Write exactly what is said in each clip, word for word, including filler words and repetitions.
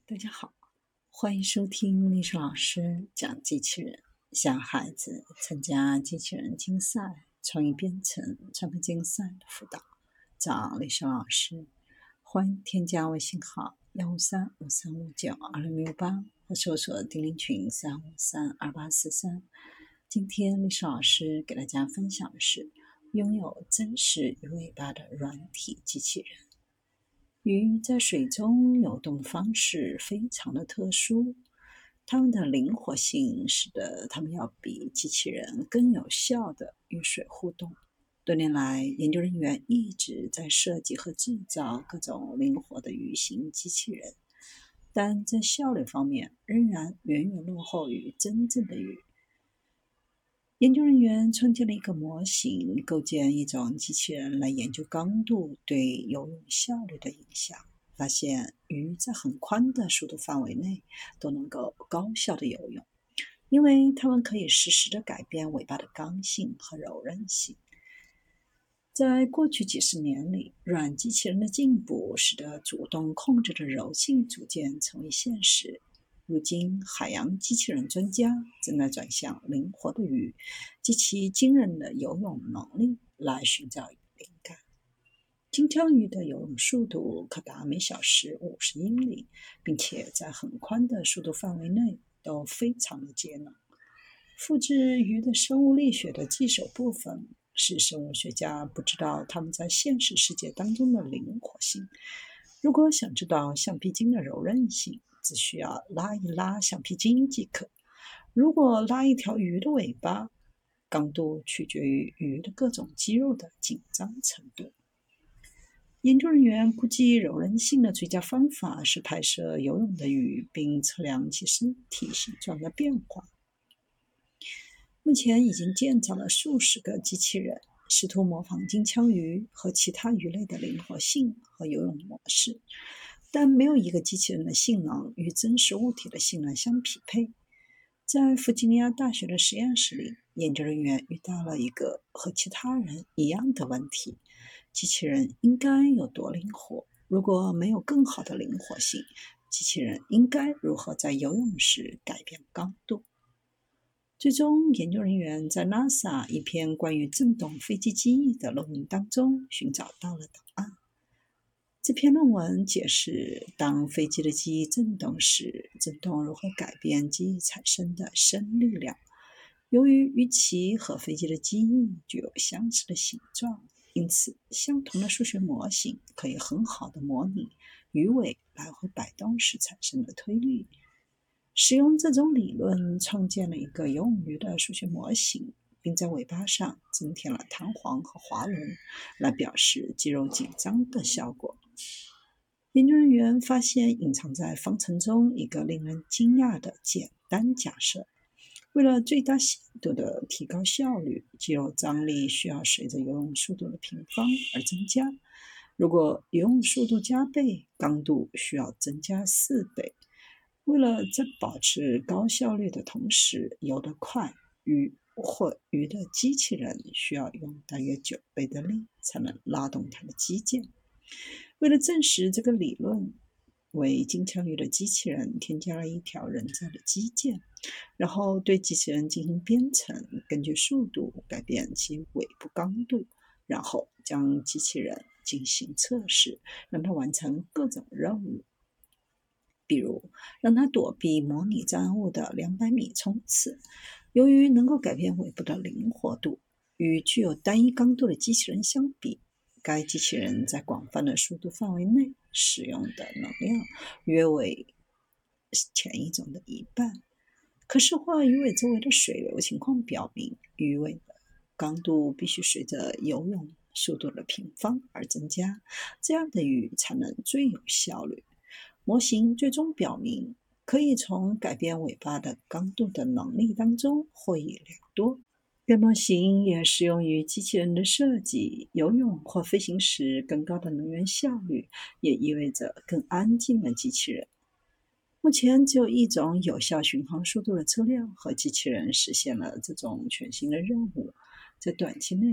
大家好，欢迎收听历史老师讲机器人，小孩子参加机器人竞赛、创意编程、创客竞赛的辅导，找历史老师。欢迎添加微信号幺五三五三五九二零六八，或搜索钉钉群三五三二八四三。今天历史老师给大家分享的是拥有真实鱼尾巴的软体机器人。鱼在水中游动的方式非常的特殊，它们的灵活性使得它们要比机器人更有效地与水互动。多年来，研究人员一直在设计和制造各种灵活的鱼形机器人，但在效率方面仍然远远落后于真正的鱼。研究人员创建了一个模型，构建一种机器人来研究刚度对游泳效率的影响，发现鱼在很宽的速度范围内都能够高效的游泳，因为它们可以实时的改变尾巴的刚性和柔韧性。在过去几十年里，软机器人的进步使得主动控制的柔性逐渐成为现实。如今，海洋机器人专家正在转向灵活的鱼及其惊人的游泳能力来寻找灵感。金枪鱼的游泳速度可达每小时五十英里，并且在很宽的速度范围内都非常的节能。复制鱼的生物力学的棘手部分，使生物学家不知道它们在现实世界当中的灵活性。如果想知道橡皮筋的柔韧性，只需要拉一拉橡皮筋即可。如果拉一条鱼的尾巴，刚度取决于鱼的各种肌肉的紧张程度。研究人员估计柔韧性的最佳方法是拍摄游泳的鱼，并测量其身体形状的变化。目前已经建造了数十个机器人，试图模仿金枪鱼和其他鱼类的灵活性和游泳模式，但没有一个机器人的性能与真实物体的性能相匹配。在弗吉尼亚大学的实验室里，研究人员遇到了一个和其他人一样的问题：机器人应该有多灵活？如果没有更好的灵活性，机器人应该如何在游泳时改变刚度？最终，研究人员在 NASA 一篇关于振动飞机机翼的论文当中寻找到了答案。这篇论文解释，当飞机的机翼振动时，振动如何改变机翼产生的熵力量。由于鱼鳍和飞机的机翼具有相似的形状，因此相同的数学模型可以很好地模拟鱼尾来回摆动时产生的推力。使用这种理论创建了一个游泳鱼的数学模型，并在尾巴上增添了弹簧和滑轮，来表示肌肉紧张的效果。研究人员发现隐藏在方程中一个令人惊讶的简单假设：为了最大限度地提高效率，肌肉张力需要随着游泳速度的平方而增加。如果游泳速度加倍，刚度需要增加四倍。为了在保持高效率的同时游得快，鱼或鱼的机器人需要用大约九倍的力才能拉动它的肌腱。为了证实这个理论，为金枪鱼的机器人添加了一条人造的肌腱，然后对机器人进行编程，根据速度改变其尾部刚度，然后将机器人进行测试，让它完成各种任务。比如让它躲避模拟障碍物的两百米冲刺。由于能够改变尾部的灵活度，与具有单一刚度的机器人相比，该机器人在广泛的速度范围内使用的能量约为前一种的一半。可视化鱼尾周围的水流情况表明，鱼尾的刚度必须随着游泳速度的平方而增加，这样的鱼才能最有效率。模型最终表明，可以从改变尾巴的刚度的能力当中获益良多。该模型也适用于机器人的设计，游泳或飞行时更高的能源效率，也意味着更安静的机器人。目前只有一种有效巡航速度的车辆和机器人实现了这种全新的任务。在短期内，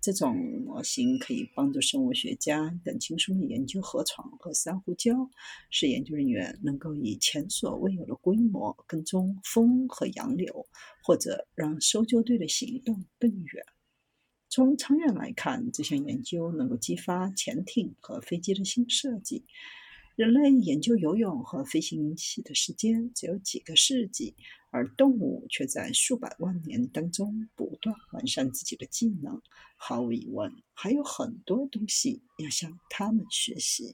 这种模型可以帮助生物学家更轻松地研究河床和珊瑚礁，使研究人员能够以前所未有的规模跟踪风和洋流，或者让搜救队的行动更远。从长远来看，这项研究能够激发潜艇和飞机的新设计。人类研究游泳和飞行器的时间只有几个世纪，而动物却在数百万年当中不断完善自己的技能。毫无疑问，还有很多东西要向他们学习。